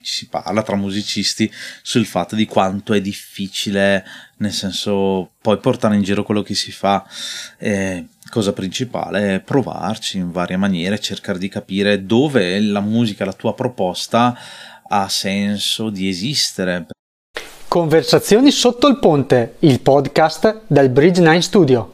si parla tra musicisti sul fatto di quanto è difficile, nel senso, poi portare in giro quello che si fa. Cosa principale è provarci in varie maniere, cercare di capire dove la musica, la tua proposta ha senso di esistere. Conversazioni sotto il ponte, il podcast del Bridge 9 Studio.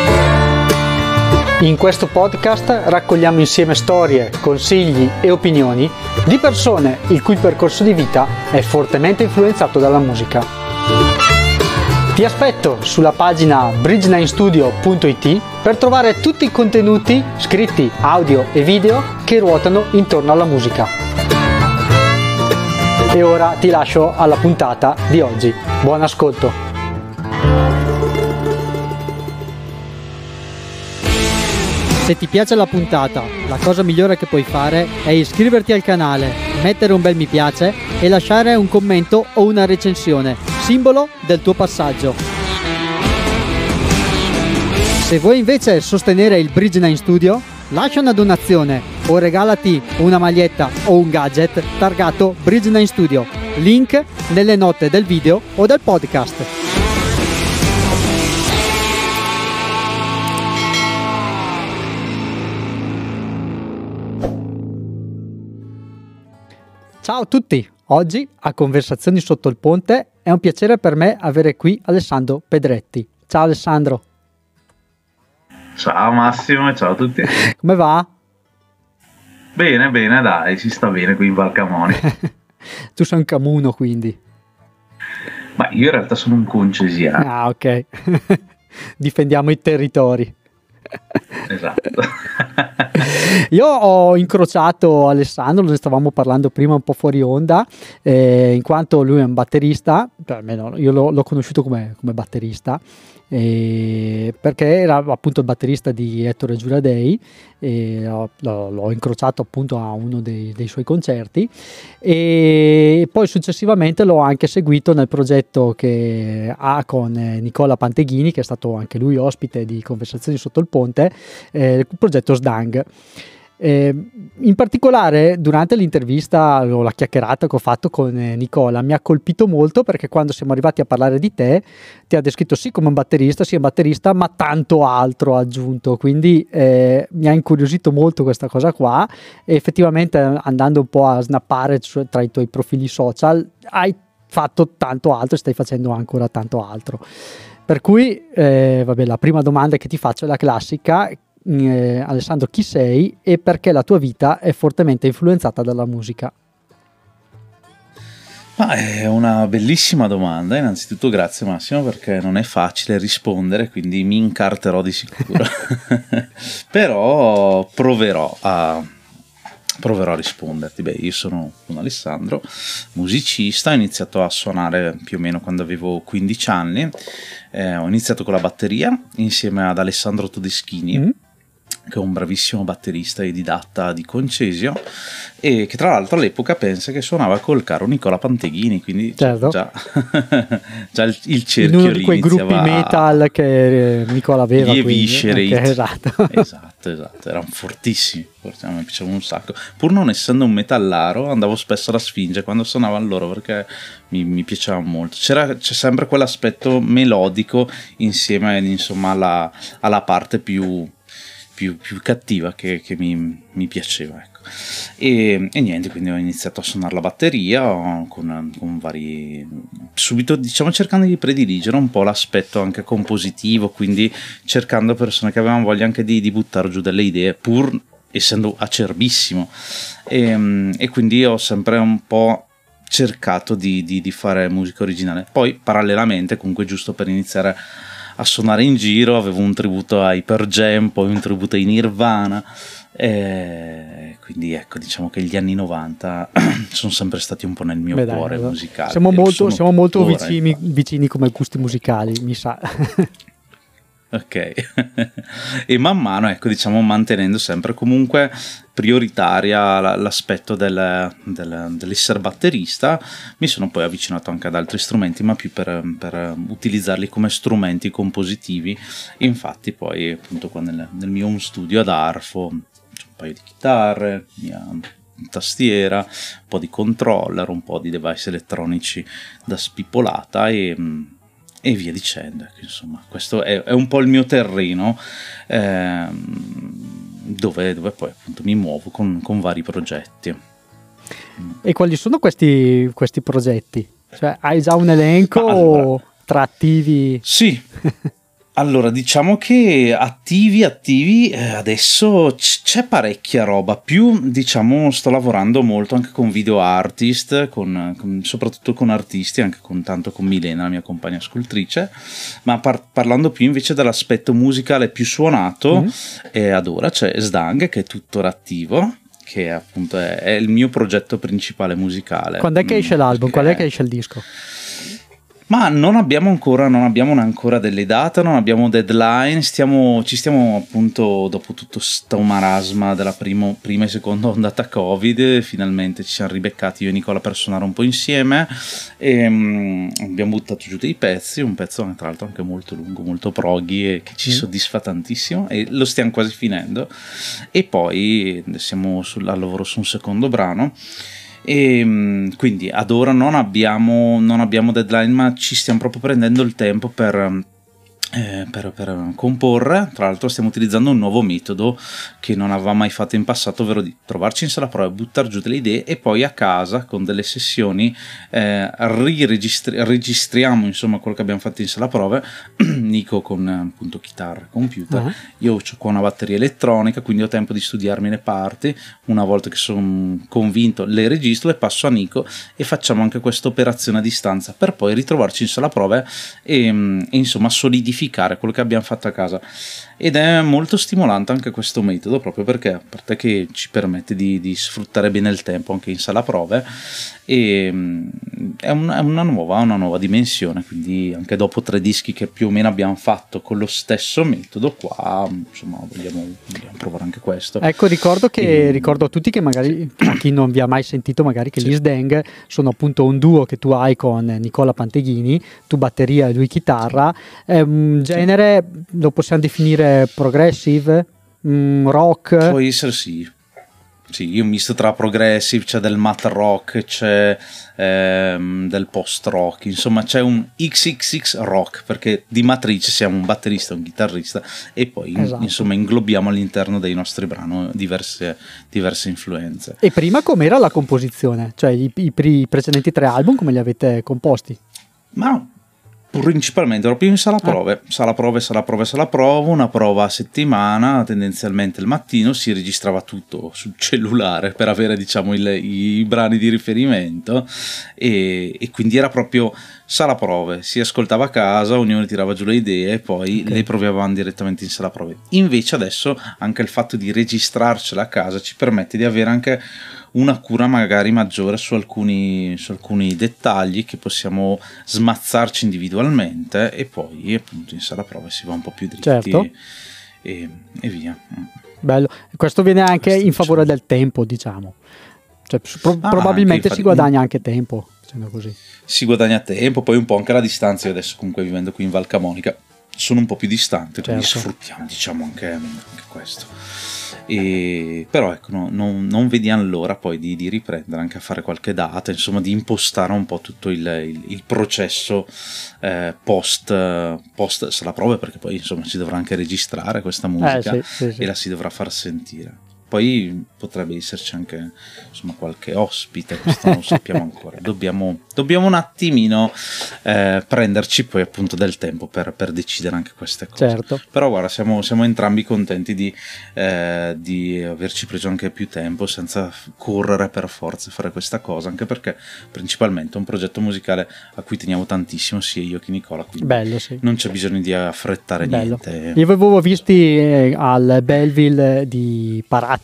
In questo podcast raccogliamo insieme storie, consigli e opinioni di persone il cui percorso di vita è fortemente influenzato dalla musica. Ti aspetto sulla pagina bridge9studio.it per trovare tutti i contenuti scritti, audio e video che ruotano intorno alla musica. E ora ti lascio alla puntata di oggi. Buon ascolto! Se ti piace la puntata, la cosa migliore che puoi fare è iscriverti al canale, mettere un bel mi piace e lasciare un commento o una recensione, simbolo del tuo passaggio. Se vuoi invece sostenere il Bridge 9 Studio, lascia una donazione o regalati una maglietta o un gadget targato Bridge 9 Studio. Link nelle note del video o del podcast. Ciao a tutti, oggi a Conversazioni sotto il ponte è un piacere per me avere qui Alessandro Pedretti. Ciao Alessandro. Ciao Massimo, ciao a tutti. Come va? Bene, bene, dai, si sta bene qui in Val Camonica. Tu sei un camuno quindi. Ma io in realtà sono un concesiano. Ah, ok. Difendiamo i territori. Esatto. Io ho incrociato Alessandro, ne stavamo parlando prima un po' fuori onda, in quanto lui è un batterista, almeno io l'ho conosciuto come batterista, perché era appunto il batterista di Ettore Giuradei, e l'ho incrociato appunto a uno dei suoi concerti e poi successivamente l'ho anche seguito nel progetto che ha con Nicola Panteghini, che è stato anche lui ospite di Conversazioni sotto il ponte, il progetto SDANG. In particolare durante l'intervista o la chiacchierata che ho fatto con Nicola mi ha colpito molto, perché quando siamo arrivati a parlare di te ti ha descritto sì come un batterista, ma tanto altro ha aggiunto, quindi mi ha incuriosito molto questa cosa qua, e effettivamente andando un po' a snappare tra i tuoi profili social hai fatto tanto altro e stai facendo ancora tanto altro, per cui la prima domanda che ti faccio è la classica. Alessandro, chi sei e perché la tua vita è fortemente influenzata dalla musica? Ma è una bellissima domanda, innanzitutto grazie Massimo, perché non è facile rispondere, quindi mi incarterò di sicuro. Però proverò a risponderti. Beh, io sono Alessandro, musicista, ho iniziato a suonare più o meno quando avevo 15 anni, ho iniziato con la batteria insieme ad Alessandro Todeschini, che è un bravissimo batterista e didatta di Concesio, e che tra l'altro all'epoca pensa che suonava col caro Nicola Panteghini, quindi certo. già il cerchio in uno di quei gruppi metal che Nicola aveva, gli Eviscere, okay, esatto, erano fortissimi, a me piacevano un sacco, pur non essendo un metallaro andavo spesso alla Sfinge quando suonavano loro, perché mi piaceva molto, c'è sempre quell'aspetto melodico insieme insomma alla parte più cattiva che mi piaceva, ecco. E niente, quindi ho iniziato a suonare la batteria con vari, subito diciamo cercando di prediligere un po' l'aspetto anche compositivo, quindi cercando persone che avevano voglia anche di buttare giù delle idee, pur essendo acerbissimo, e quindi ho sempre un po' cercato di fare musica originale. Poi parallelamente, comunque, giusto per iniziare a suonare in giro, avevo un tributo ai Pearl Jam, poi un tributo ai Nirvana, quindi ecco, diciamo che gli anni 90 sono sempre stati un po' nel mio cuore musicale. Siamo molto vicini come gusti musicali, mi sa. Ok. E man mano, ecco, diciamo, mantenendo sempre comunque prioritaria l'aspetto dell'essere batterista, mi sono poi avvicinato anche ad altri strumenti, ma più per utilizzarli come strumenti compositivi. Infatti poi appunto qua nel mio home studio ad Arfo c'è un paio di chitarre, tastiera, un po' di controller, un po' di device elettronici da spippolata e via dicendo. Insomma, questo è un po' il mio terreno, dove poi appunto mi muovo con vari progetti. E quali sono questi progetti? Cioè, hai già un elenco allora, tra attivi? Sì. Allora, diciamo che attivi, adesso c'è parecchia roba, più diciamo sto lavorando molto anche con video artist, soprattutto con artisti, anche tanto con Milena, la mia compagna scultrice, ma parlando più invece dell'aspetto musicale più suonato, ad ora c'è Sdang che è tuttora attivo, che appunto è il mio progetto principale musicale. Quando è che esce l'album? Quando è che esce il disco? Ma non abbiamo ancora delle date, non abbiamo deadline, ci stiamo appunto, dopo tutto sto marasma della prima e seconda ondata Covid, finalmente ci siamo ribeccati io e Nicola per suonare un po' insieme e abbiamo buttato giù dei pezzi, un pezzo tra l'altro anche molto lungo, molto proggy e che ci soddisfa tantissimo e lo stiamo quasi finendo e poi siamo al lavoro su un secondo brano. E quindi ad ora non abbiamo deadline, ma ci stiamo proprio prendendo il tempo per comporre. Tra l'altro stiamo utilizzando un nuovo metodo che non avevamo mai fatto in passato, ovvero di trovarci in sala prova, buttare giù delle idee e poi a casa con delle sessioni registriamo insomma quello che abbiamo fatto in sala prove. Nico con appunto chitarra, computer, io ho qua una batteria elettronica, quindi ho tempo di studiarmi le parti. Una volta che sono convinto le registro, le passo a Nico e facciamo anche questa operazione a distanza per poi ritrovarci in sala prove e insomma solidificare quello che abbiamo fatto a casa. Ed è molto stimolante anche questo metodo, proprio perché a parte che ci permette di sfruttare bene il tempo anche in sala prove e è una nuova dimensione, quindi anche dopo 3 dischi che più o meno abbiamo fatto con lo stesso metodo qua, insomma vogliamo provare anche questo. Ecco, ricordo a tutti che magari a chi non vi ha mai sentito magari che gli Sdang sono appunto un duo che tu hai con Nicola Panteghini, tu batteria e lui chitarra, è un genere, lo possiamo definire progressive, rock? Può essere sì, io misto tra progressive, c'è del math rock, c'è del post rock, insomma c'è un XXX rock, perché di matrice siamo un batterista, un chitarrista e poi insomma inglobiamo all'interno dei nostri brani diverse influenze. E prima com'era la composizione? Cioè i precedenti 3 album come li avete composti? Ma principalmente ero prima in sala prove, una prova a settimana, tendenzialmente il mattino si registrava tutto sul cellulare per avere diciamo i brani di riferimento e quindi era proprio sala prove, si ascoltava a casa, ognuno tirava giù le idee e poi le proviavamo direttamente in sala prove. Invece adesso anche il fatto di registrarcela a casa ci permette di avere anche una cura magari maggiore su alcuni dettagli che possiamo smazzarci individualmente e poi appunto in sala prove si va un po' più dritti e via. Bello, questo viene anche in favore del tempo, diciamo, cioè, probabilmente si guadagna anche tempo, diciamo così. Si guadagna tempo, poi un po' anche la distanza. Io adesso comunque vivendo qui in Val Camonica sono un po' più distante, quindi sfruttiamo diciamo anche questo. Però ecco, non vediamo l'ora poi di riprendere anche a fare qualche data, insomma di impostare un po' tutto il processo post sala prove, perché poi insomma si dovrà anche registrare questa musica e la si dovrà far sentire. Poi potrebbe esserci anche insomma qualche ospite, questo non lo sappiamo ancora. Dobbiamo un attimino prenderci poi appunto del tempo per decidere anche queste cose. Certo. Però guarda, siamo entrambi contenti di averci preso anche più tempo senza correre per forza fare questa cosa, anche perché principalmente è un progetto musicale a cui teniamo tantissimo sia io che Nicola, quindi bello, non c'è bisogno di affrettare niente. Io avevo visti al Belleville di Paratico,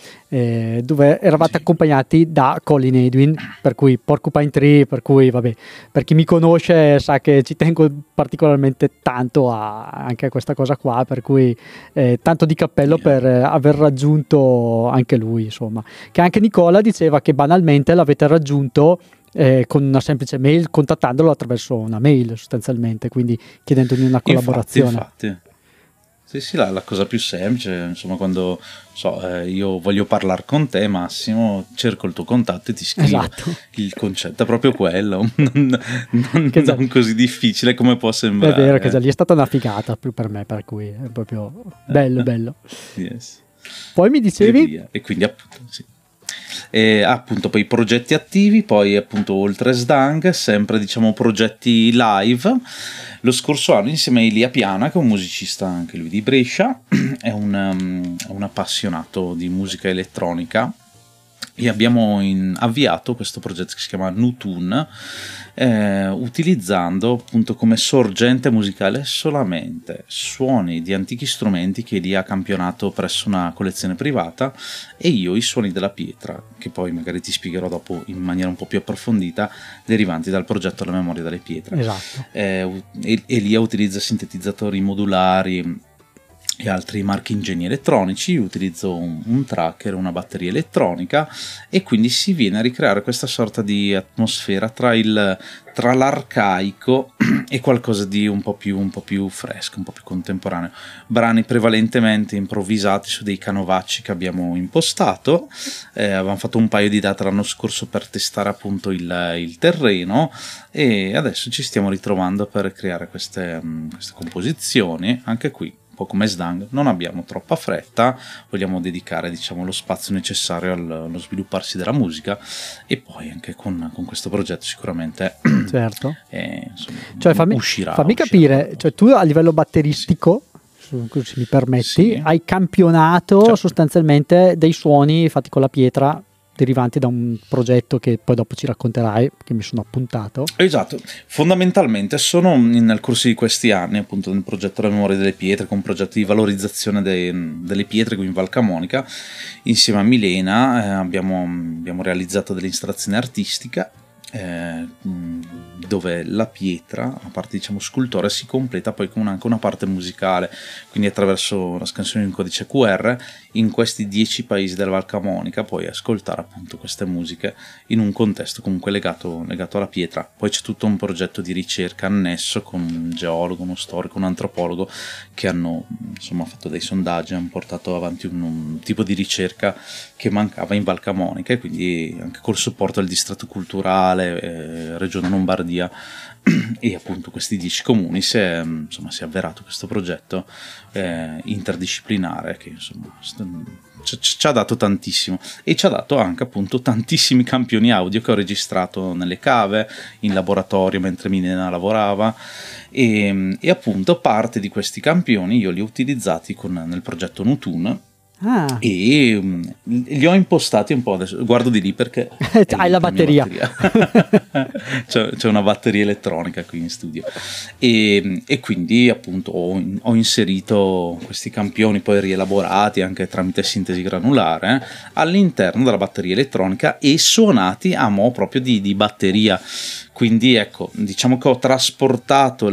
dove eravate accompagnati da Colin Edwin, per cui Porcupine Tree, per cui vabbè, per chi mi conosce sa che ci tengo particolarmente tanto anche a questa cosa qua, per cui tanto di cappello per aver raggiunto anche lui, insomma, che anche Nicola diceva che banalmente l'avete raggiunto con una semplice mail, contattandolo attraverso una mail sostanzialmente, quindi chiedendogli una collaborazione. Infatti. Sì, sì, la cosa più semplice, insomma, quando io voglio parlare con te, Massimo, cerco il tuo contatto e ti scrivo. Esatto. Il concetto è proprio quello, non così difficile come può sembrare. È vero che già lì è stata una figata per me, per cui è proprio bello. Yes. Poi mi dicevi? E quindi appunto, sì. E appunto poi progetti attivi, poi appunto oltre Sdang sempre diciamo progetti live. Lo scorso anno insieme a Elia Piana, che è un musicista anche lui di Brescia, è un appassionato di musica elettronica, e abbiamo avviato questo progetto che si chiama Nutun, utilizzando appunto come sorgente musicale solamente suoni di antichi strumenti che lì ha campionato presso una collezione privata, e io i suoni della pietra, che poi magari ti spiegherò dopo in maniera un po' più approfondita, derivanti dal progetto La memoria delle pietre. Esatto. Elia utilizza sintetizzatori modulari e altri marchingegni elettronici, utilizzo un tracker, una batteria elettronica, e quindi si viene a ricreare questa sorta di atmosfera tra l'arcaico e qualcosa di un po' più fresco, un po' più contemporaneo. Brani prevalentemente improvvisati su dei canovacci che abbiamo impostato. Avevamo fatto un paio di date l'anno scorso per testare appunto il terreno, e adesso ci stiamo ritrovando per creare queste composizioni. Anche qui, po' come Sdang, non abbiamo troppa fretta, vogliamo dedicare diciamo lo spazio necessario allo svilupparsi della musica, e poi anche con questo progetto sicuramente certo. Insomma, cioè fammi capire, cioè tu a livello batteristico, sì, se mi permetti, sì, hai campionato, certo, sostanzialmente dei suoni fatti con la pietra derivanti da un progetto che poi dopo ci racconterai, che mi sono appuntato. Esatto, fondamentalmente sono nel corso di questi anni appunto nel progetto La memoria delle pietre, con un progetto di valorizzazione delle pietre qui in Val Camonica, insieme a Milena abbiamo realizzato delle installazioni artistiche dove la pietra, a parte diciamo scultore, si completa poi con anche una parte musicale, quindi attraverso la scansione di un codice QR in questi 10 paesi della Val Camonica puoi ascoltare appunto queste musiche in un contesto comunque legato alla pietra. Poi c'è tutto un progetto di ricerca annesso con un geologo, uno storico, un antropologo che hanno insomma fatto dei sondaggi, hanno portato avanti un tipo di ricerca che mancava in Val Camonica, e quindi anche col supporto del distretto culturale, Regione Lombardia e appunto questi 10 comuni si è avverato questo progetto interdisciplinare che insomma ci ha dato tantissimo, e ci ha dato anche appunto tantissimi campioni audio che ho registrato nelle cave, in laboratorio mentre Milena lavorava, e appunto parte di questi campioni io li ho utilizzati nel progetto Nutun. E li ho impostati un po', adesso guardo di lì perché hai la batteria. c'è una batteria elettronica qui in studio, e quindi appunto ho inserito questi campioni poi rielaborati anche tramite sintesi granulare all'interno della batteria elettronica e suonati a mo' proprio di batteria. Quindi ecco, diciamo che ho trasportato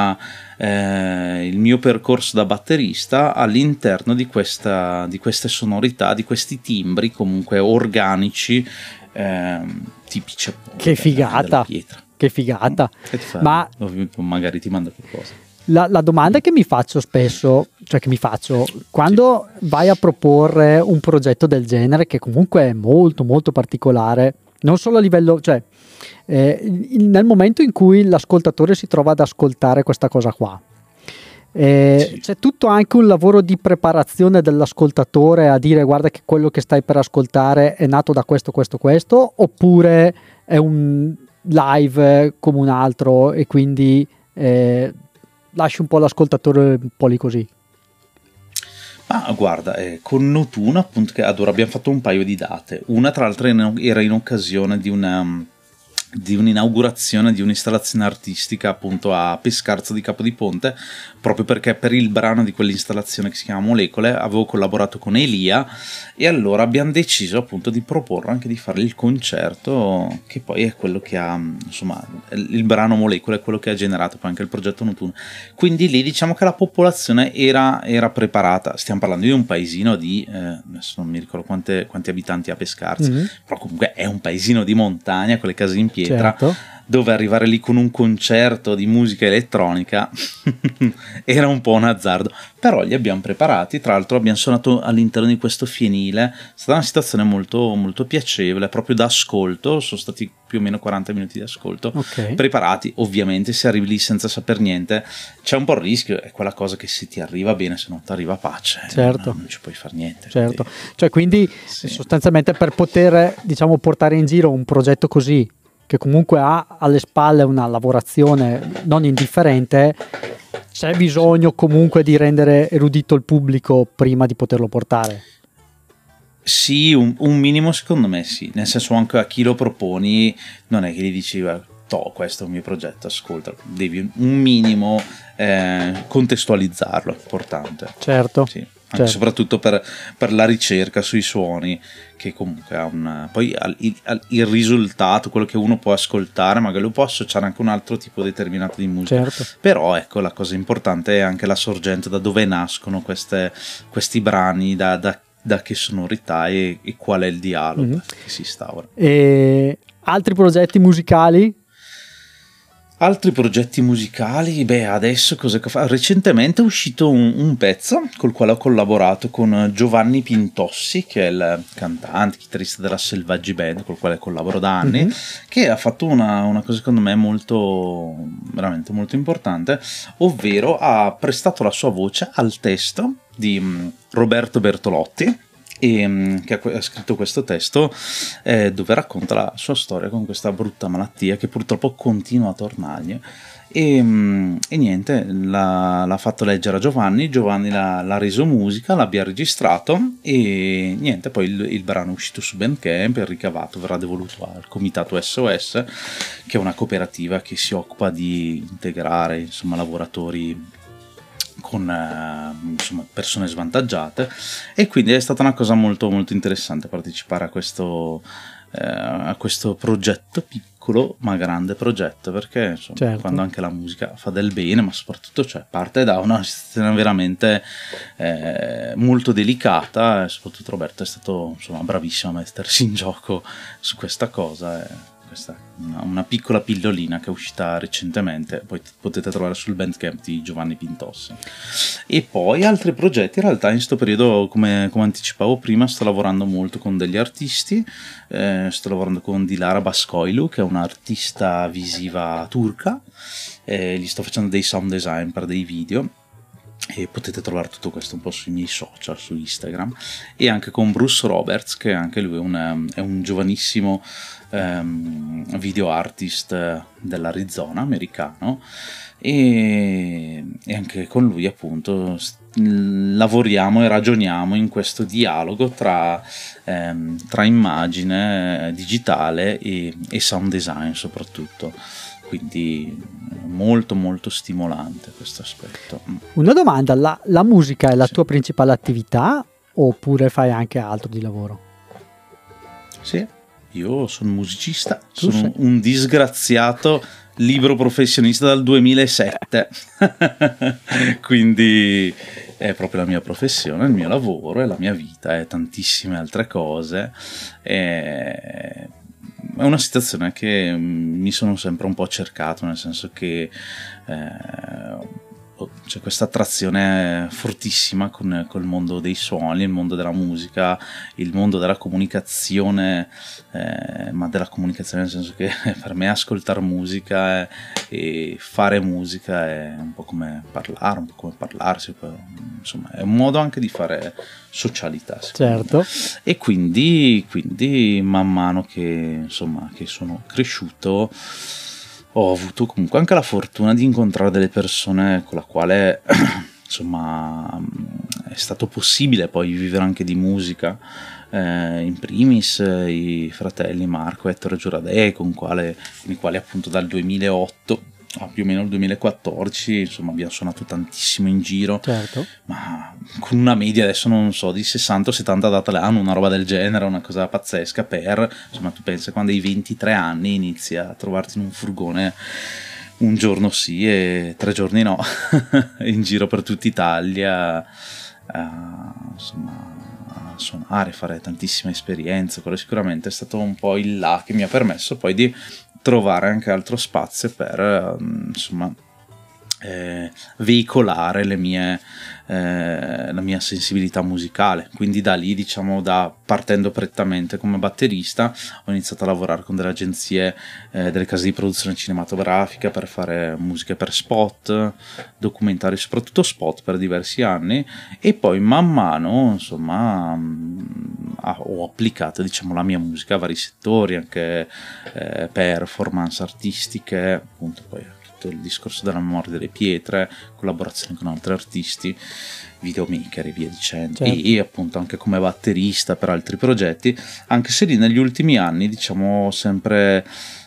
il mio percorso da batterista all'interno di queste sonorità, di questi timbri comunque organici, tipici appunto che figata della pietra. Che figata. Ma magari ti manda qualcosa. La domanda che mi faccio spesso, cioè che mi faccio quando vai a proporre un progetto del genere, che comunque è molto molto particolare, non solo a livello, cioè nel momento in cui l'ascoltatore si trova ad ascoltare questa cosa qua, sì, c'è tutto anche un lavoro di preparazione dell'ascoltatore a dire guarda che quello che stai per ascoltare è nato da questo, oppure è un live come un altro e quindi lasci un po' l'ascoltatore un po' lì così? Ma guarda, con Nutun appunto che ad ora abbiamo fatto un paio di date, una tra l'altro era in occasione di un'inaugurazione di un'installazione artistica appunto a Pescarzo di Capodiponte, proprio perché per il brano di quell'installazione che si chiama Molecole avevo collaborato con Elia, e allora abbiamo deciso appunto di proporre anche di fare il concerto, che poi è quello che ha insomma il brano Molecole è quello che ha generato poi anche il progetto Nutun. Quindi lì diciamo che la popolazione era preparata. Stiamo parlando di un paesino di adesso non mi ricordo quanti abitanti ha Pescarzo, però comunque è un paesino di montagna con le case in pietra, certo, dove arrivare lì con un concerto di musica elettronica era un po' un azzardo, però li abbiamo preparati. Tra l'altro abbiamo suonato all'interno di questo fienile, è stata una situazione molto, molto piacevole, proprio da ascolto, sono stati più o meno 40 minuti di ascolto, preparati. Ovviamente se arrivi lì senza saper niente c'è un po' il rischio, è quella cosa che se ti arriva bene, se non ti arriva pace, certo, non ci puoi fare niente. Certo, cioè quindi sostanzialmente per poter, diciamo, portare in giro un progetto così, che comunque ha alle spalle una lavorazione non indifferente, c'è bisogno comunque di rendere erudito il pubblico prima di poterlo portare. Sì, un minimo secondo me sì, nel senso anche a chi lo proponi non è che gli dici questo è un mio progetto, ascolta, devi un minimo contestualizzarlo, è importante. Certo. Sì. Anche soprattutto per la ricerca sui suoni, che comunque ha poi il risultato, quello che uno può ascoltare, magari lo può associare anche a un altro tipo determinato di musica, però ecco, la cosa importante è anche la sorgente, da dove nascono questi brani, da che sonorità e qual è il dialogo che si instaura. E altri progetti musicali? Altri progetti musicali, adesso cosa fa? Recentemente è uscito un pezzo col quale ho collaborato con Giovanni Pintossi, che è il cantante, chitarrista della Selvaggi Band, col quale collaboro da anni, che ha fatto una cosa secondo me veramente molto importante, ovvero ha prestato la sua voce al testo di Roberto Bertolotti, che ha scritto questo testo dove racconta la sua storia con questa brutta malattia che purtroppo continua a tornargli, e niente, l'ha fatto leggere a Giovanni l'ha reso musica, l'abbia registrato, e niente, poi il brano è uscito su Bandcamp, il ricavato verrà devoluto al Comitato SOS, che è una cooperativa che si occupa di integrare, insomma, lavoratori con insomma, persone svantaggiate, e quindi è stata una cosa molto molto interessante partecipare a questo progetto, piccolo ma grande progetto, perché insomma, quando anche la musica fa del bene, ma soprattutto parte da una situazione veramente molto delicata, e soprattutto Roberto è stato, insomma, bravissimo a mettersi in gioco su questa cosa. Questa è una piccola pillolina che è uscita recentemente, poi potete trovare sul Bandcamp di Giovanni Pintossi. E poi altri progetti, in realtà in questo periodo, come anticipavo prima, sto lavorando molto con degli artisti, sto lavorando con Dilara Baskoylu, che è un'artista visiva turca, gli sto facendo dei sound design per dei video, e potete trovare tutto questo un po' sui miei social, su Instagram, e anche con Bruce Roberts, che anche lui è un giovanissimo video artist dell'Arizona, americano, e anche con lui appunto lavoriamo e ragioniamo in questo dialogo tra immagine digitale e sound design soprattutto. Quindi molto molto stimolante questo aspetto. Una domanda, la musica è la tua principale attività oppure fai anche altro di lavoro? Sì, io sono musicista, sono un disgraziato libero professionista dal 2007, quindi è proprio la mia professione, il mio lavoro, è la mia vita e tantissime altre cose. È una situazione che mi sono sempre un po' cercato, nel senso che c'è questa attrazione fortissima col mondo dei suoni, il mondo della musica, il mondo della comunicazione, ma della comunicazione nel senso che per me ascoltare musica e fare musica è un po' come parlare, un po' come parlarsi, insomma è un modo anche di fare socialità. Certo. E quindi man mano che sono cresciuto ho avuto comunque anche la fortuna di incontrare delle persone con la quale insomma è stato possibile poi vivere anche di musica, in primis i fratelli Marco e Ettore Giuradei, con i quali appunto dal 2008 a più o meno il 2014 insomma abbiamo suonato tantissimo in giro, ma con una media adesso non so di 60-70 date l'anno, una roba del genere, una cosa pazzesca. Insomma, tu pensi, quando hai 23 anni inizi a trovarti in un furgone un giorno sì e 3 giorni no in giro per tutta Italia, insomma suonare, fare tantissime esperienze. Quello sicuramente è stato un po' il là che mi ha permesso poi di trovare anche altro spazio per insomma veicolare la mia sensibilità musicale. Quindi da lì, diciamo, partendo prettamente come batterista, ho iniziato a lavorare con delle agenzie, delle case di produzione cinematografica per fare musiche per spot, documentari, soprattutto spot per diversi anni, e poi man mano, insomma, ho applicato, diciamo, la mia musica a vari settori, anche performance artistiche, appunto, poi il discorso della memoria delle pietre, collaborazioni con altri artisti, videomaker e via dicendo, certo. E appunto anche come batterista per altri progetti, anche se lì negli ultimi anni, diciamo, ho sempre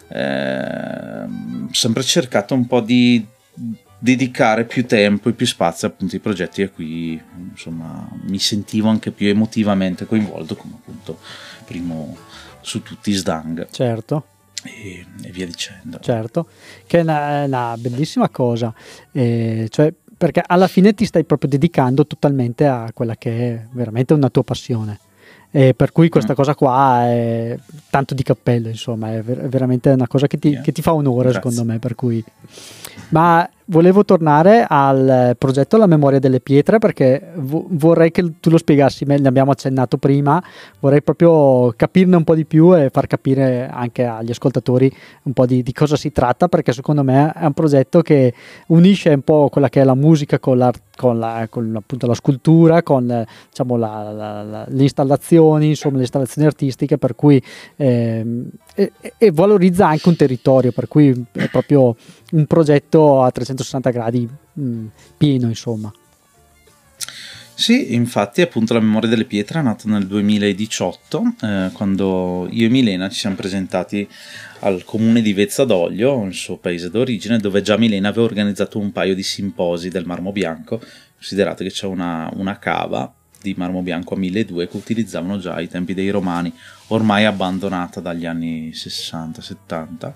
cercato un po' di dedicare più tempo e più spazio appunto ai progetti a cui, insomma, mi sentivo anche più emotivamente coinvolto, come appunto primo su tutti Sdang. Certo. E via dicendo. Certo, che è una bellissima cosa, cioè, perché alla fine ti stai proprio dedicando totalmente a quella che è veramente una tua passione, per cui questa cosa qua è tanto di cappello, insomma, è veramente una cosa che ti fa onore. Grazie. Secondo me, per cui. Ma volevo tornare al progetto La memoria delle pietre, perché vorrei che tu lo spiegassi, ne abbiamo accennato prima, vorrei proprio capirne un po' di più e far capire anche agli ascoltatori un po' di cosa si tratta, perché secondo me è un progetto che unisce un po' quella che è la musica con appunto la scultura, con diciamo le installazioni, insomma le installazioni artistiche, per cui e valorizza anche un territorio, per cui è proprio un progetto a 360 gradi pieno, insomma. Sì, infatti appunto La memoria delle pietre è nato nel 2018, quando io e Milena ci siamo presentati al comune di Vezza d'Oglio, il suo paese d'origine, dove già Milena aveva organizzato un paio di simposi del marmo bianco. Considerate che c'è una cava di marmo bianco a 1200 che utilizzavano già ai tempi dei Romani, ormai abbandonata dagli anni 60-70,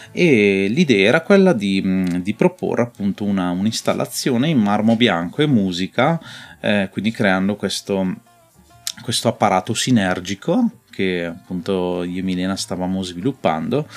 e l'idea era quella di proporre appunto un'installazione in marmo bianco e musica, quindi creando questo apparato sinergico che appunto io e Milena stavamo sviluppando,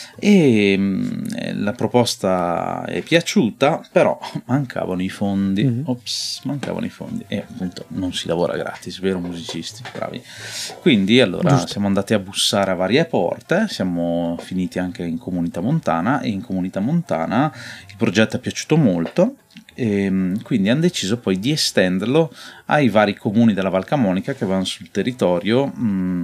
e la proposta è piaciuta, però mancavano i fondi. Mancavano i fondi, e appunto non si lavora gratis, vero musicisti, bravi. Quindi allora Giusto. Siamo andati a bussare a varie porte, siamo finiti anche in Comunità Montana, e in Comunità Montana il progetto è piaciuto molto, e quindi hanno deciso poi di estenderlo ai vari comuni della Val Camonica che avevano sul territorio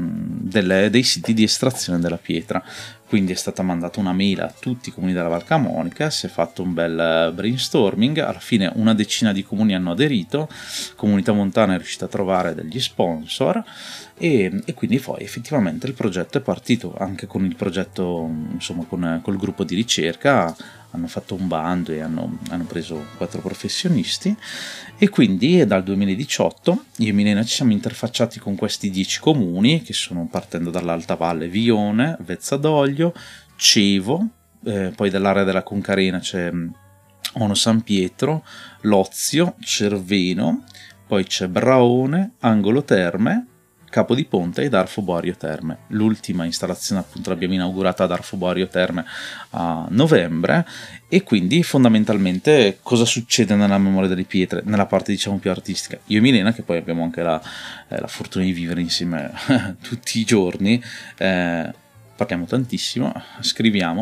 dei siti di estrazione della pietra. Quindi è stata mandata una mail a tutti i comuni della Val Camonica, si è fatto un bel brainstorming, alla fine una decina di comuni hanno aderito, Comunità Montana è riuscita a trovare degli sponsor, e quindi poi effettivamente il progetto è partito, anche con il progetto, insomma, col gruppo di ricerca. Hanno fatto un bando e hanno preso 4 professionisti, e quindi dal 2018 io e Milena ci siamo interfacciati con questi 10 comuni, che sono, partendo dall'Alta Valle, Vione, Vezza d'Oglio, Cevo, poi dall'area della Concarena c'è Ono San Pietro, Lozio, Cerveno, poi c'è Braone, Angolo Terme, Capodiponte ed Arfo Boario Terme. L'ultima installazione appunto l'abbiamo inaugurata ad Arfo Boario Terme a novembre. E quindi fondamentalmente cosa succede nella memoria delle pietre, nella parte diciamo più artistica? Io e Milena, che poi abbiamo anche la fortuna di vivere insieme tutti i giorni, parliamo tantissimo, scriviamo,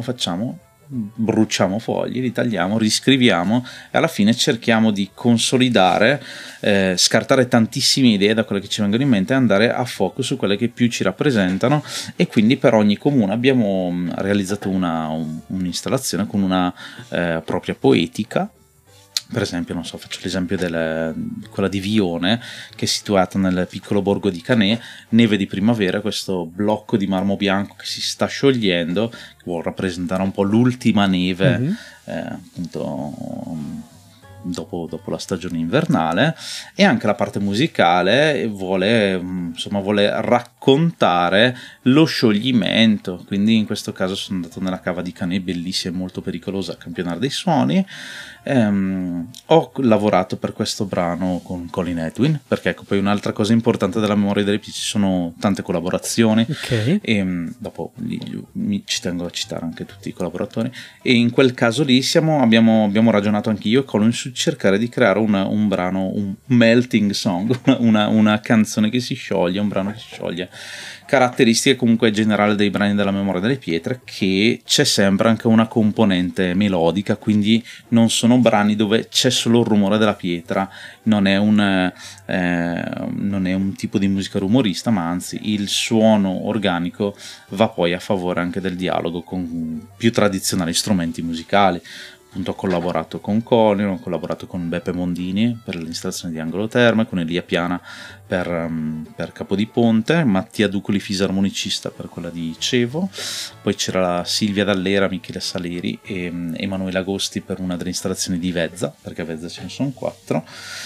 bruciamo fogli, li tagliamo, riscriviamo, e alla fine cerchiamo di consolidare, scartare tantissime idee da quelle che ci vengono in mente e andare a fuoco su quelle che più ci rappresentano. E quindi per ogni comune abbiamo realizzato un'installazione con una propria poetica. Per esempio, non so, faccio l'esempio quella di Vione, che è situata nel piccolo borgo di Canè, neve di primavera, questo blocco di marmo bianco che si sta sciogliendo, che vuole rappresentare un po' l'ultima neve, appunto dopo la stagione invernale, e anche la parte musicale vuole raccontare lo scioglimento. Quindi in questo caso sono andato nella cava di Canè, bellissima e molto pericolosa, a campionare dei suoni. Ho lavorato per questo brano con Colin Edwin, perché ecco, poi un'altra cosa importante della memoria delle pietre, ci sono tante collaborazioni, e dopo ci tengo a citare anche tutti i collaboratori, e in quel caso lì abbiamo ragionato anche io e Colin su cercare di creare un brano, un melting song, una canzone che si scioglie, un brano che si scioglie, caratteristiche comunque generali dei brani della memoria delle pietre, che c'è sempre anche una componente melodica, quindi non sono brani dove c'è solo il rumore della pietra, non è un tipo di musica rumorista, ma anzi il suono organico va poi a favore anche del dialogo con più tradizionali strumenti musicali. Appunto, ho collaborato con Colin, ho collaborato con Beppe Mondini per l'installazione di Angolo Terme, con Elia Piana per Capodiponte, Mattia Ducoli fisarmonicista per quella di Cevo, poi c'era la Silvia Dall'Era, Michele Saleri e Emanuele Agosti per una delle installazioni di Vezza, perché a Vezza ce ne sono 4,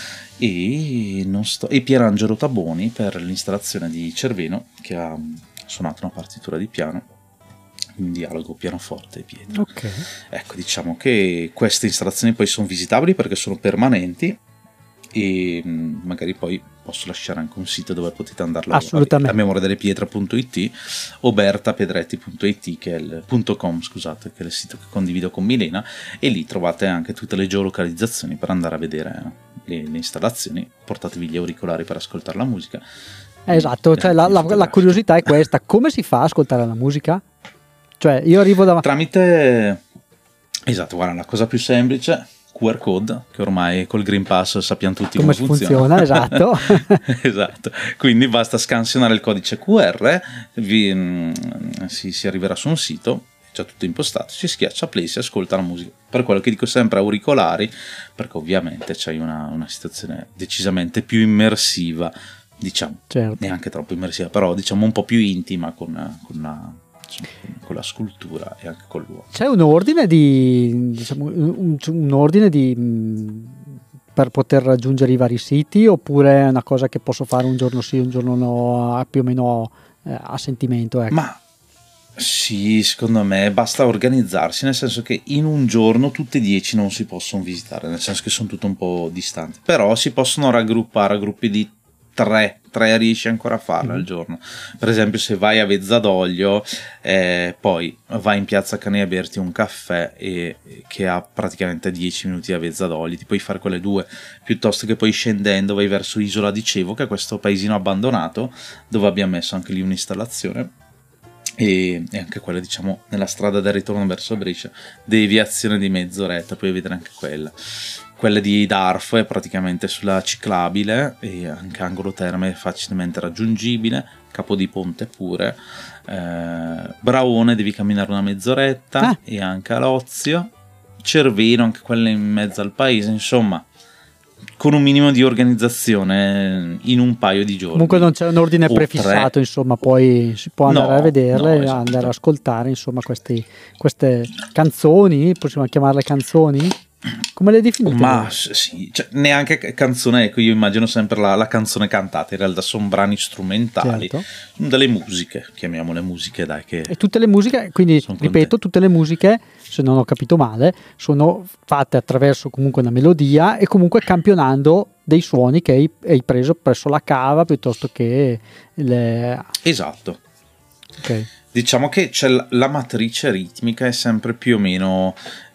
e Pierangelo Taboni per l'installazione di Cerveno, che ha suonato una partitura di piano, un dialogo pianoforte e pietra. Ecco, diciamo che queste installazioni poi sono visitabili perché sono permanenti, e magari poi posso lasciare anche un sito dove potete andarla a memoriadellepietre.it o bertapedretti.it che è il .com, scusate, che è il sito che condivido con Milena, e lì trovate anche tutte le geolocalizzazioni per andare a vedere le installazioni. Portatevi gli auricolari per ascoltare la musica. Esatto, cioè la curiosità è questa: come si fa a ascoltare la musica? Cioè io arrivo tramite, esatto, guarda, la cosa più semplice, QR code, che ormai col Green Pass sappiamo tutti come funziona. Esatto. Esatto, quindi basta scansionare il codice QR, si arriverà su un sito, già tutto impostato, si schiaccia play, si ascolta la musica. Per quello che dico sempre auricolari, perché ovviamente c'hai una situazione decisamente più immersiva, diciamo, certo, neanche troppo immersiva, però diciamo un po' più intima con la scultura e anche con l'uomo. C'è un ordine per poter raggiungere i vari siti, oppure è una cosa che posso fare un giorno sì, un giorno no, più o meno a sentimento? Ecco. Ma sì, secondo me basta organizzarsi, nel senso che in un giorno tutte e 10 non si possono visitare, nel senso che sono tutte un po' distanti, però si possono raggruppare a gruppi di 3 riesci ancora a farlo al giorno. Per esempio, se vai a Vezzadoglio, poi vai in piazza Canè a berti un caffè che ha praticamente 10 minuti a Vezzadoglio, ti puoi fare quelle 2, piuttosto che poi scendendo vai verso Isola di Cevo, che è questo paesino abbandonato dove abbiamo messo anche lì un'installazione, e anche quella, diciamo, nella strada del ritorno verso Brescia, deviazione di mezz'oretta, puoi vedere anche quella di Darfo è praticamente sulla ciclabile, e anche Angolo Terme è facilmente raggiungibile, Capodiponte pure, Braone devi camminare una mezz'oretta, e anche Alozio, Cerveno, anche quella in mezzo al paese, insomma, con un minimo di organizzazione in un paio di giorni. Comunque non c'è un ordine prefissato, insomma, poi si può andare a vederle, esatto, andare ad ascoltare, insomma, queste canzoni, possiamo chiamarle canzoni? Come le definite? Ma sì, cioè, neanche canzone, ecco, io immagino sempre la canzone cantata, in realtà sono brani strumentali, certo, delle musiche, chiamiamole musiche, dai, che e tutte le musiche, quindi ripeto, contento. Tutte le musiche, se non ho capito male, sono fatte attraverso comunque una melodia e comunque campionando dei suoni che hai preso presso la cava, piuttosto che esatto. Ok. Diciamo che c'è la matrice ritmica è sempre più o meno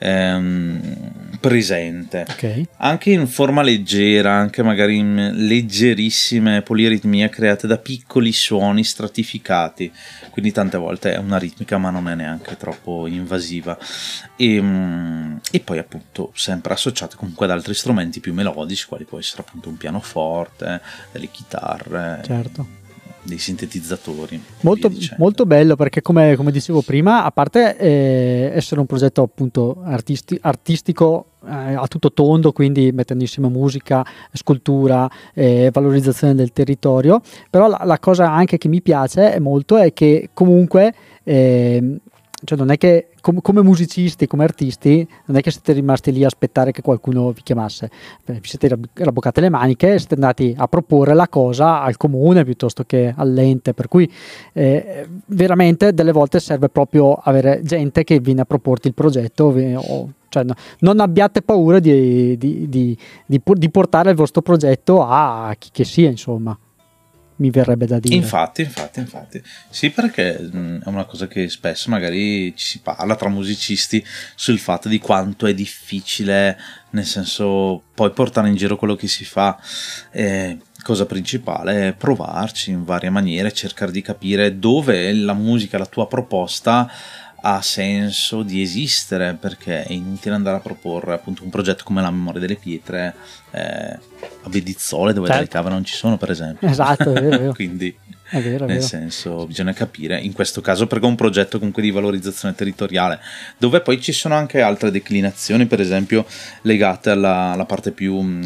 presente, okay, anche in forma leggera, anche magari in leggerissime poliritmie create da piccoli suoni stratificati, quindi tante volte è una ritmica ma non è neanche troppo invasiva, e poi appunto sempre associate comunque ad altri strumenti più melodici, quali può essere appunto un pianoforte, delle chitarre, certo, dei sintetizzatori. Molto bello, perché come dicevo prima, a parte essere un progetto appunto artistico a tutto tondo, quindi mettendo insieme musica, scultura, valorizzazione del territorio, però la cosa anche che mi piace molto è che comunque cioè non è che come musicisti, come artisti, non è che siete rimasti lì a aspettare che qualcuno vi chiamasse. Vi siete rabboccate le maniche e siete andati a proporre la cosa al comune piuttosto che all'ente, per cui veramente delle volte serve proprio avere gente che viene a proporti il progetto, cioè non abbiate paura di portare il vostro progetto a chi che sia, insomma. Mi verrebbe da dire. Infatti. Sì, perché è una cosa che spesso magari ci si parla tra musicisti sul fatto di quanto è difficile, nel senso, poi portare in giro quello che si fa. Cosa principale è provarci in varie maniere, cercare di capire dove la musica, la tua proposta ha senso di esistere, perché è inutile andare a proporre appunto un progetto come la Memoria delle Pietre a Bedizzole, dove le cave non ci sono, per esempio. Esatto, è vero. Quindi è vero. nel senso, bisogna capire in questo caso, perché è un progetto comunque di valorizzazione territoriale, dove poi ci sono anche altre declinazioni, per esempio legate alla parte più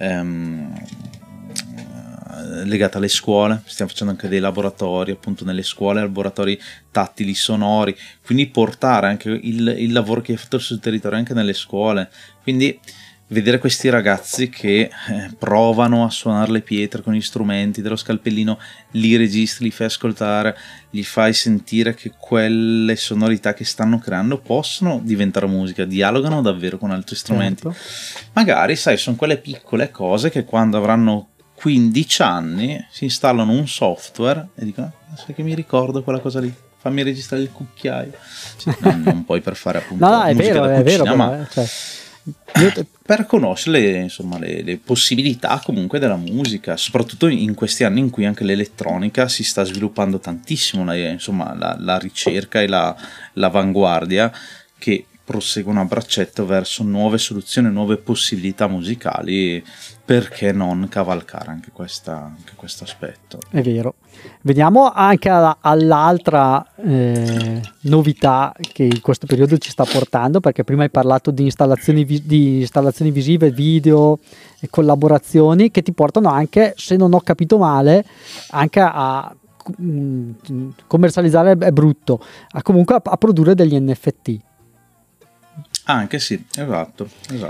legata alle scuole. Stiamo facendo anche dei laboratori appunto nelle scuole, laboratori tattili, sonori, quindi portare anche il lavoro che hai fatto sul territorio anche nelle scuole, quindi vedere questi ragazzi che provano a suonare le pietre con gli strumenti dello scalpellino, li registri, li fai ascoltare, gli fai sentire che quelle sonorità che stanno creando possono diventare musica, dialogano davvero con altri strumenti. Certo. Magari, sai, sono quelle piccole cose che quando avranno 15 anni si installano un software e dicono: sai che mi ricordo quella cosa lì, fammi registrare il cucchiaio. Non poi per fare appunto no, è musica vero, da è cucina, vero, ma cioè, per conoscere insomma le possibilità comunque della musica, soprattutto in questi anni in cui anche l'elettronica si sta sviluppando tantissimo, la ricerca e l'avanguardia che proseguono a braccetto verso nuove soluzioni, nuove possibilità musicali. Perché non cavalcare anche questo aspetto? È vero. Veniamo anche all'altra novità che in questo periodo ci sta portando, perché prima hai parlato di installazioni visive, video e collaborazioni che ti portano anche, se non ho capito male, anche a commercializzare, è brutto, comunque a produrre degli NFT. Anche sì, esatto.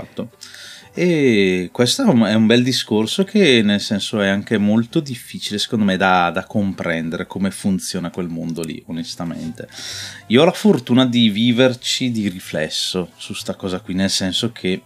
E questo è un bel discorso che, nel senso, è anche molto difficile secondo me da comprendere come funziona quel mondo lì, onestamente. Io ho la fortuna di viverci di riflesso su sta cosa qui, nel senso che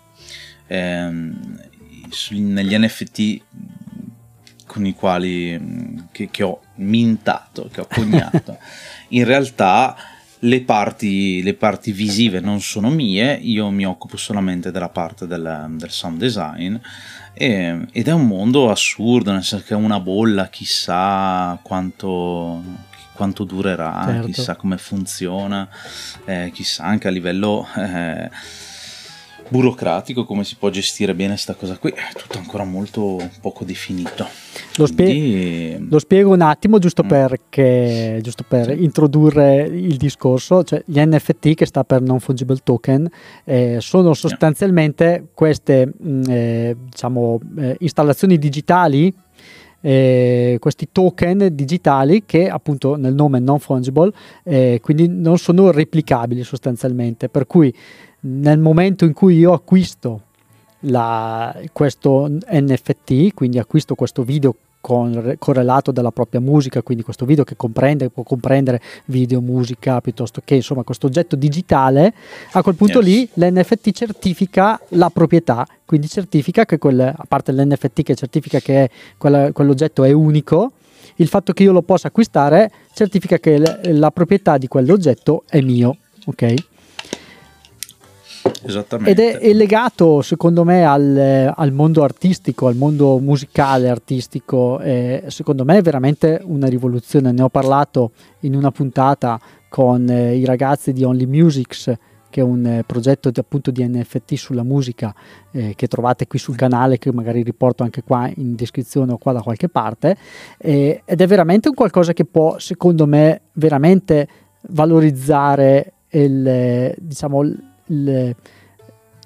negli NFT con i quali che ho mintato, che ho coniato, in realtà le parti visive non sono mie, io mi occupo solamente della parte del sound design, ed è un mondo assurdo, nel senso che è una bolla, chissà quanto durerà, certo. Chissà come funziona, chissà anche a livello burocratico come si può gestire bene sta cosa qui, è tutto ancora molto poco definito. Lo spiego un attimo giusto per introdurre il discorso, cioè gli NFT, che sta per non fungible token, sono sostanzialmente queste installazioni digitali, questi token digitali che appunto nel nome non fungible, quindi non sono replicabili sostanzialmente, per cui nel momento in cui io acquisto questo NFT, quindi acquisto questo video correlato dalla propria musica, quindi questo video che può comprendere video, musica, piuttosto che insomma questo oggetto digitale, a quel punto lì l'NFT certifica la proprietà, quindi certifica che a parte l'NFT che certifica che quell'oggetto è unico, il fatto che io lo possa acquistare certifica che la proprietà di quell'oggetto è mio, ok? Esattamente. Ed è legato secondo me al mondo artistico, al mondo musicale artistico, secondo me è veramente una rivoluzione. Ne ho parlato in una puntata con i ragazzi di Only Musics, che è un progetto appunto di NFT sulla musica, che trovate qui sul canale, che magari riporto anche qua in descrizione o qua da qualche parte, ed è veramente un qualcosa che può secondo me veramente valorizzare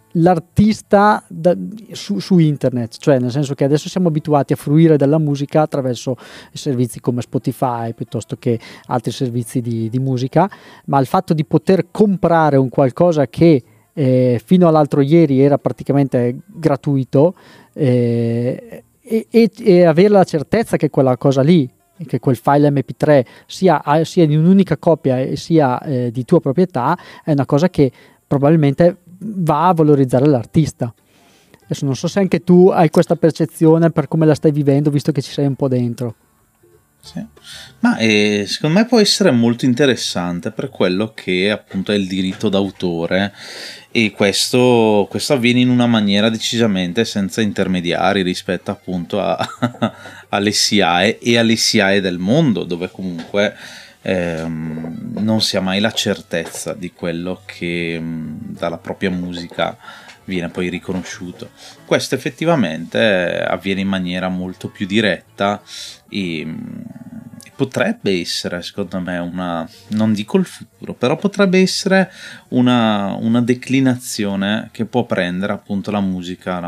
l'artista su internet, cioè nel senso che adesso siamo abituati a fruire della musica attraverso servizi come Spotify piuttosto che altri servizi di musica, ma il fatto di poter comprare un qualcosa che fino all'altro ieri era praticamente gratuito, e avere la certezza che quella cosa lì, che quel file MP3 sia di un'unica copia e sia di tua proprietà, è una cosa che probabilmente va a valorizzare l'artista. Adesso non so se anche tu hai questa percezione per come la stai vivendo, visto che ci sei un po' dentro. Sì. Ma secondo me può essere molto interessante per quello che appunto è il diritto d'autore, e questo avviene in una maniera decisamente senza intermediari rispetto appunto alle SIAE e alle SIAE del mondo, dove comunque non si ha mai la certezza di quello che dalla propria musica viene poi riconosciuto. Questo effettivamente avviene in maniera molto più diretta e potrebbe essere, secondo me, non dico il futuro, però potrebbe essere una declinazione che può prendere appunto la musica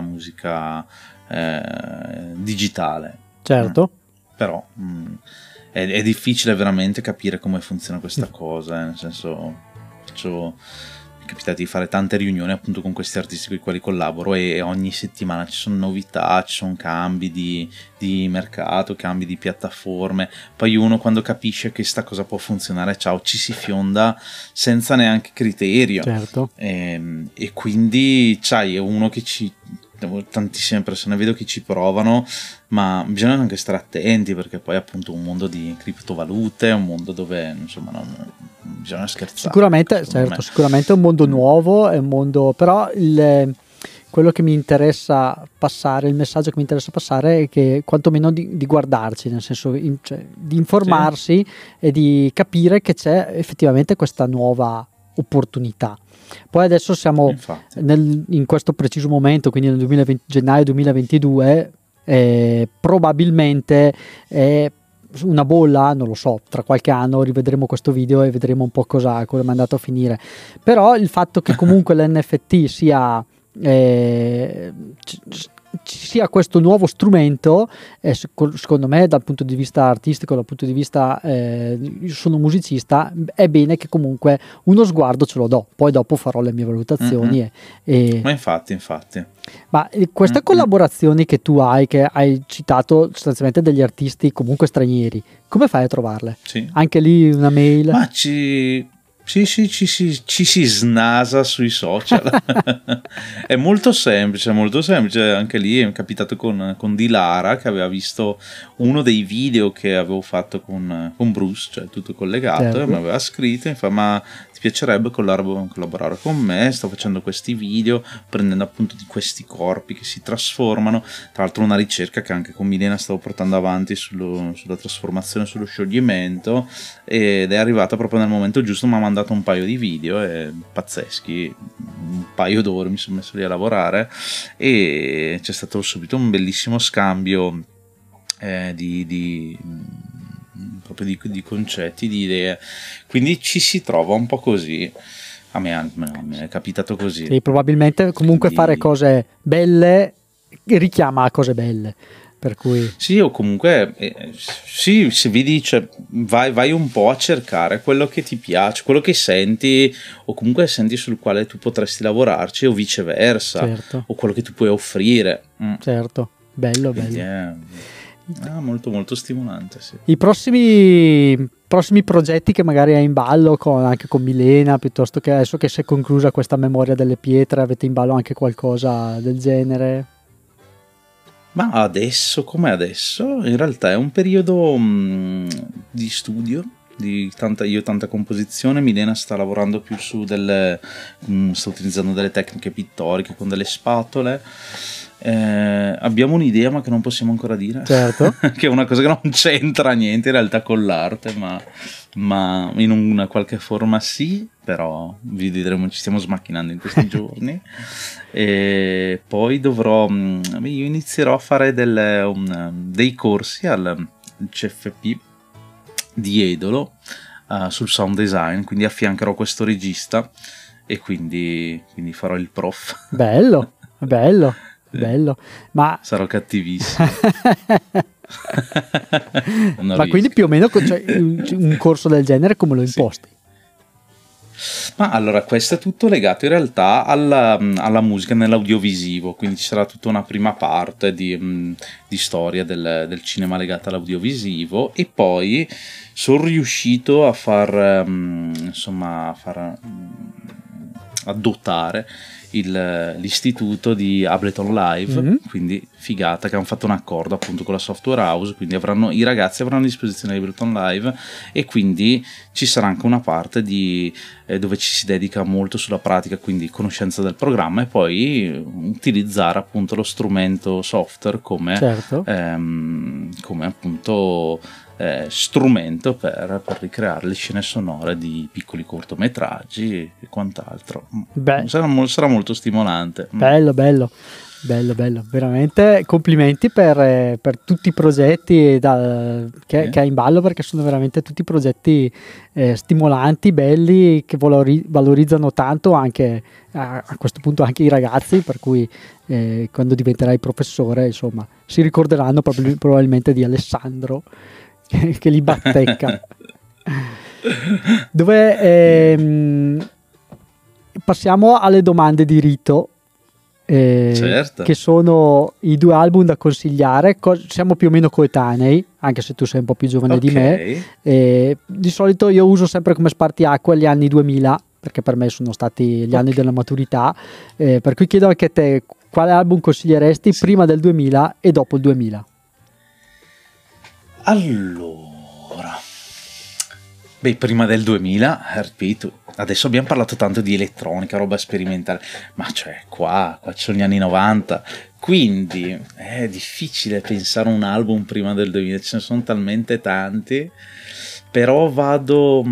digitale. Certo. Però è difficile veramente capire come funziona questa cosa, nel senso, mi è capitato di fare tante riunioni appunto con questi artisti con i quali collaboro, e ogni settimana ci sono novità, ci sono cambi di mercato, cambi di piattaforme. Poi uno, quando capisce che sta cosa può funzionare, ci si fionda senza neanche criterio. Certo. E quindi è uno che tantissime persone vedo che ci provano, ma bisogna anche stare attenti, perché poi è appunto un mondo di criptovalute, un mondo dove insomma non bisogna scherzare. Sicuramente, certo, sicuramente è un mondo nuovo, è un mondo, però quello che mi interessa passare, il messaggio che mi interessa passare è che quantomeno di guardarci, nel senso cioè, di informarsi, sì, e di capire che c'è effettivamente questa nuova opportunità. Poi adesso siamo in questo preciso momento, quindi nel gennaio 2022, probabilmente è una bolla, non lo so, tra qualche anno rivedremo questo video e vedremo un po' come è andato a finire. Però il fatto che comunque l'NFT sia questo nuovo strumento, secondo me, dal punto di vista artistico, dal punto di vista io sono musicista, è bene che comunque uno sguardo ce lo do, poi dopo farò le mie valutazioni. Ma infatti ma queste collaborazioni che tu hai, che hai citato sostanzialmente degli artisti comunque stranieri, come fai a trovarle? Sì. Anche lì una mail? Ma ci si snasa sui social. È molto semplice, anche lì è capitato con Dilara, che aveva visto uno dei video che avevo fatto con Bruce, cioè tutto collegato, certo, e mi aveva scritto e mi fa: ma ti piacerebbe collaborare con me? Sto facendo questi video prendendo appunto di questi corpi che si trasformano, tra l'altro una ricerca che anche con Milena stavo portando avanti sulla trasformazione, sullo scioglimento, ed è arrivata proprio nel momento giusto. Mi ha mandato un paio di video pazzeschi, un paio d'ore mi sono messo lì a lavorare, e c'è stato subito un bellissimo scambio proprio di concetti, di idee, quindi ci si trova un po' così. A me è capitato così. Sì, probabilmente comunque fare cose belle richiama a cose belle, per cui sì, o comunque sì, se vi dice vai un po' a cercare quello che ti piace, quello che senti, o comunque senti sul quale tu potresti lavorarci, o viceversa, certo, o quello che tu puoi offrire. Certo, bello. Molto molto stimolante, sì. I prossimi progetti che magari hai in ballo anche con Milena, piuttosto che adesso che si è conclusa questa Memoria delle Pietre, avete in ballo anche qualcosa del genere? Ma adesso, come adesso, in realtà è un periodo di studio, tanta composizione. Milena sta lavorando più su sta utilizzando delle tecniche pittoriche con delle spatole. Abbiamo un'idea ma che non possiamo ancora dire, certo. Che è una cosa che non c'entra niente in realtà con l'arte, ma in una qualche forma sì, però vi diremo, ci stiamo smacchinando in questi giorni. E poi io inizierò a fare dei corsi al CFP di Edolo sul sound design, quindi affiancherò questo regista e quindi farò il prof. Bello, bello, bello. Ma sarò cattivissimo. Ma quindi più o meno cioè, un corso del genere come lo imposti? Ma allora, questo è tutto legato in realtà alla musica nell'audiovisivo, quindi ci sarà tutta una prima parte di storia del cinema legata all'audiovisivo, e poi sono riuscito a far adottare l'istituto di Ableton Live, quindi figata, che hanno fatto un accordo appunto con la software house, quindi i ragazzi avranno a disposizione Ableton Live, e quindi ci sarà anche una parte dove ci si dedica molto sulla pratica, quindi conoscenza del programma, e poi utilizzare appunto lo strumento software come appunto strumento per ricreare le scene sonore di piccoli cortometraggi e quant'altro. Sarà molto stimolante. Bello, veramente complimenti per tutti i progetti che hai in ballo, perché sono veramente tutti progetti stimolanti, belli, che valorizzano tanto anche a questo punto anche i ragazzi, per cui quando diventerai professore, insomma, si ricorderanno probabilmente di Alessandro che li battecca. Passiamo alle domande di rito, certo. Che sono i 2 album da consigliare. Siamo più o meno coetanei, anche se tu sei un po' più giovane di me. Di solito io uso sempre come spartiacque gli anni 2000, perché per me sono stati gli anni della maturità, per cui chiedo anche a te quale album consiglieresti prima del 2000 e dopo il 2000. Allora, prima del 2000, ripeto, adesso abbiamo parlato tanto di elettronica, roba sperimentale, ma cioè qua ci sono gli anni 90, quindi è difficile pensare a un album prima del 2000, ce ne sono talmente tanti, però vado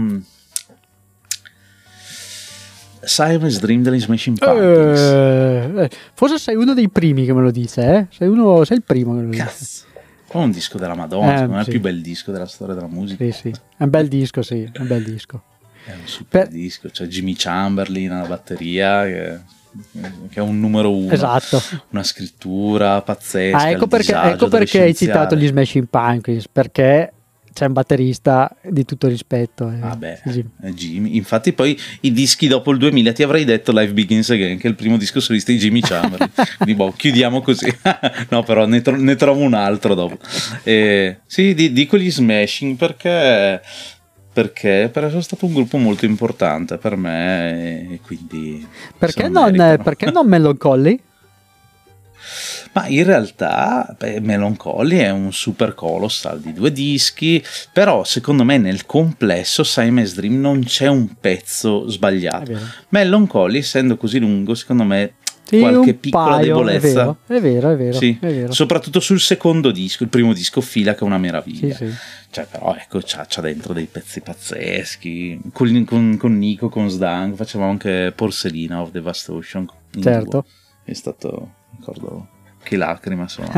Siamese Dream degli Smashing Pumpkins. Forse sei uno dei primi che me lo dice, sei il primo che me lo dice. Cazzo. È un disco della Madonna, è il più bel disco della storia della musica. Sì, è un bel disco, è un bel disco. È un super disco, c'è Jimmy Chamberlain alla batteria che è un numero 1. Esatto. Una scrittura pazzesca. Ecco perché hai citato gli Smashing Pumpkins, perché c'è un batterista di tutto rispetto. Jimmy. Infatti poi i dischi dopo il 2000 ti avrei detto Life Begins Again, che è il primo disco solista di Jimmy Chamberlain. Quindi chiudiamo così. No, però ne trovo un altro dopo. Sì, dico gli Smashing perché sono stato un gruppo molto importante per me, e quindi perché non Melancholy? Ma in realtà Melancholy è un super colossal di 2 dischi, però secondo me nel complesso Siamese Dream non c'è un pezzo sbagliato. Melancholy, essendo così lungo, secondo me qualche piccola debolezza. È vero. Sì, soprattutto sul secondo disco. Il primo disco fila, che è una meraviglia. Sì. Cioè, però ecco, c'ha dentro dei pezzi pazzeschi. Con Nico, con Sdang facevamo anche Porcellina of Devastation. Certo. È stato, ricordo, che lacrima sono.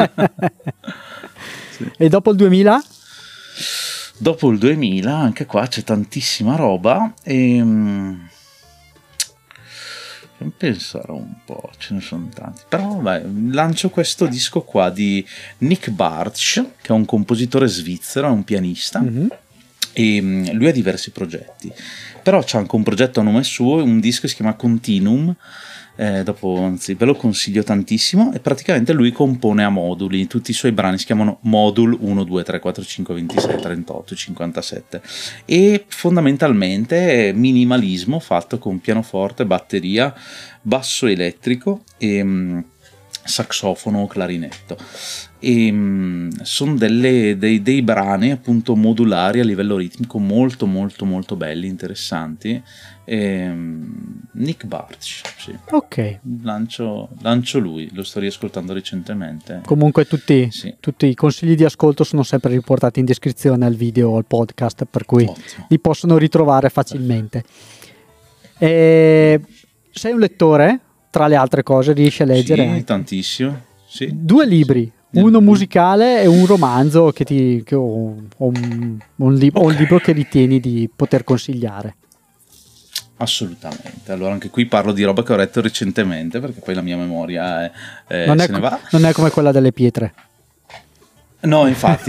Sì. E dopo il 2000? Dopo il 2000 anche qua c'è tantissima roba, e pensare un po', ce ne sono tanti, però lancio questo disco qua di Nick Bartsch, che è un compositore svizzero, è un pianista, e lui ha diversi progetti, però c'è anche un progetto a nome suo, un disco che si chiama Continuum. Anzi, ve lo consiglio tantissimo, e praticamente lui compone a moduli, tutti i suoi brani si chiamano modul 1, 2, 3, 4, 5, 26, 38, 57, e fondamentalmente è minimalismo fatto con pianoforte, batteria, basso elettrico e saxofono o clarinetto, e sono dei brani appunto modulari a livello ritmico molto molto molto belli, interessanti. Nick Bartsch, sì. Ok, lancio lui, lo sto riascoltando recentemente. Comunque tutti i consigli di ascolto sono sempre riportati in descrizione al video o al podcast, per cui li possono ritrovare facilmente. Sei un lettore? Tra le altre cose riesci a leggere? Sì, tantissimo. Sì. 2 libri, uno musicale e un romanzo un libro che ritieni di poter consigliare. Assolutamente. Allora anche qui parlo di roba che ho letto recentemente, perché poi la mia memoria non se ne va. Non è come quella delle pietre. No, infatti.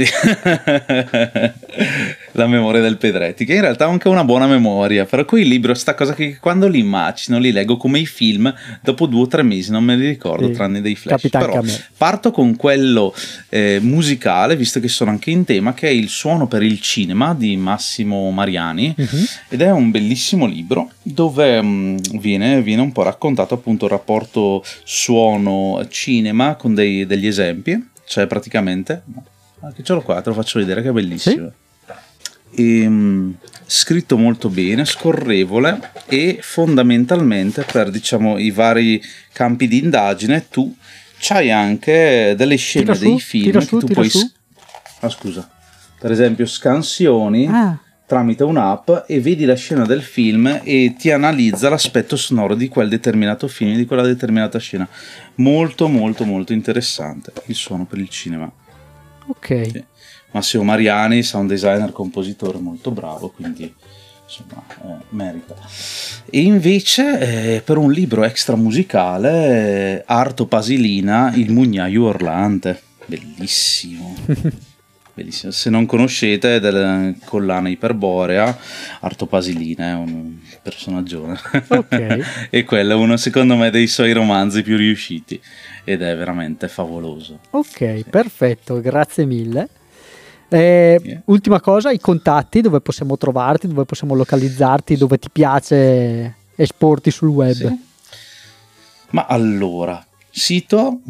La memoria del Pedretti, che in realtà ha anche una buona memoria, però qui il libro, sta cosa che quando li macino, li leggo come i film, dopo 2 o 3 mesi non me li ricordo, Sì, tranne dei flash. capita anche Però a me. parto con quello musicale, visto che sono anche in tema, che è Il suono per il cinema di Massimo Mariani, ed è un bellissimo libro dove viene un po' raccontato appunto il rapporto suono-cinema con degli esempi. Cioè praticamente che ce l'ho qua, te lo faccio vedere, che è bellissimo. Sì? Scritto molto bene, scorrevole, e fondamentalmente per, diciamo, i vari campi di indagine tu c'hai anche delle scene dei film che tu puoi scusa, per esempio scansioni tramite un'app e vedi la scena del film e ti analizza l'aspetto sonoro di quel determinato film, di quella determinata scena. Molto molto molto interessante. Il suono per il cinema. Ok. Sì. Massimo Mariani, sound designer, compositore molto bravo, quindi insomma merita. E invece per un libro extra musicale, Arto Pasilina, Il mugnaio urlante. Bellissimo. Bellissimo. Se non conoscete, è della collana Iperborea. Arto Pasilina è un personaggione. Ok. E quello è uno, secondo me, dei suoi romanzi più riusciti ed è veramente favoloso. Ok, sì. Perfetto, grazie mille. Ultima cosa, i contatti, dove possiamo trovarti, dove possiamo localizzarti, dove ti piace esporti sul web. Sì. Ma allora, sito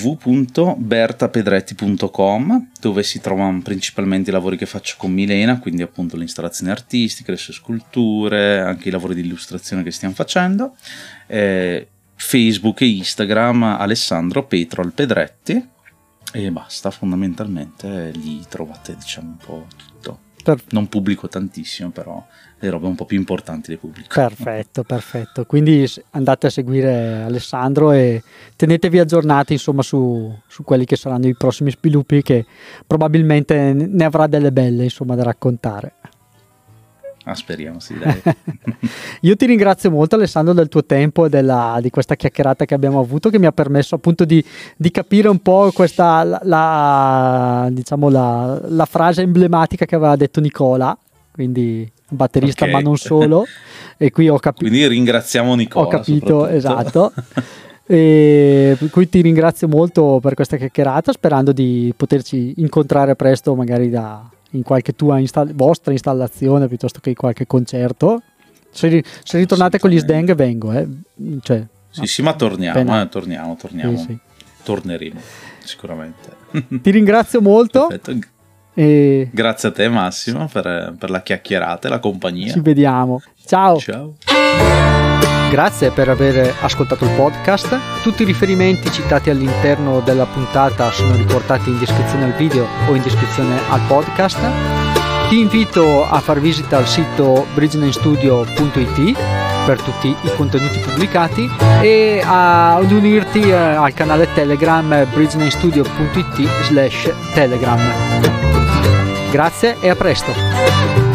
www.bertapedretti.com, dove si trovano principalmente i lavori che faccio con Milena, quindi appunto le installazioni artistiche, le sue sculture, anche i lavori di illustrazione che stiamo facendo. Facebook e Instagram Alessandro Petro Alpedretti, e basta, fondamentalmente lì trovate, diciamo, un po' tutto. Non pubblico tantissimo, però le robe un po' più importanti le pubblico. Perfetto. Quindi andate a seguire Alessandro e tenetevi aggiornati, insomma, su quelli che saranno i prossimi sviluppi, che probabilmente ne avrà delle belle, insomma, da raccontare. Speriamo, sì, dai. Io ti ringrazio molto, Alessandro, del tuo tempo e di questa chiacchierata che abbiamo avuto, che mi ha permesso appunto di capire un po' questa la frase emblematica che aveva detto Nicola, quindi batterista, ma non solo. E qui ho capito. Quindi ringraziamo Nicola. Ho capito, esatto. E per cui ti ringrazio molto per questa chiacchierata, sperando di poterci incontrare presto, magari in qualche tua vostra installazione, piuttosto che in qualche concerto. Se ritornate con gli Sdeng vengo, cioè, sì, ma torniamo. Sì. Torneremo sicuramente. Ti ringrazio molto. Perfetto. Grazie a te, Massimo, per la chiacchierata e la compagnia. Ci vediamo. Ciao. Grazie per aver ascoltato il podcast. Tutti i riferimenti citati all'interno della puntata sono riportati in descrizione al video o in descrizione al podcast. Ti invito a far visita al sito bridgenamestudio.it per tutti i contenuti pubblicati e ad unirti al canale Telegram bridgenamestudio.it/telegram. Grazie e a presto!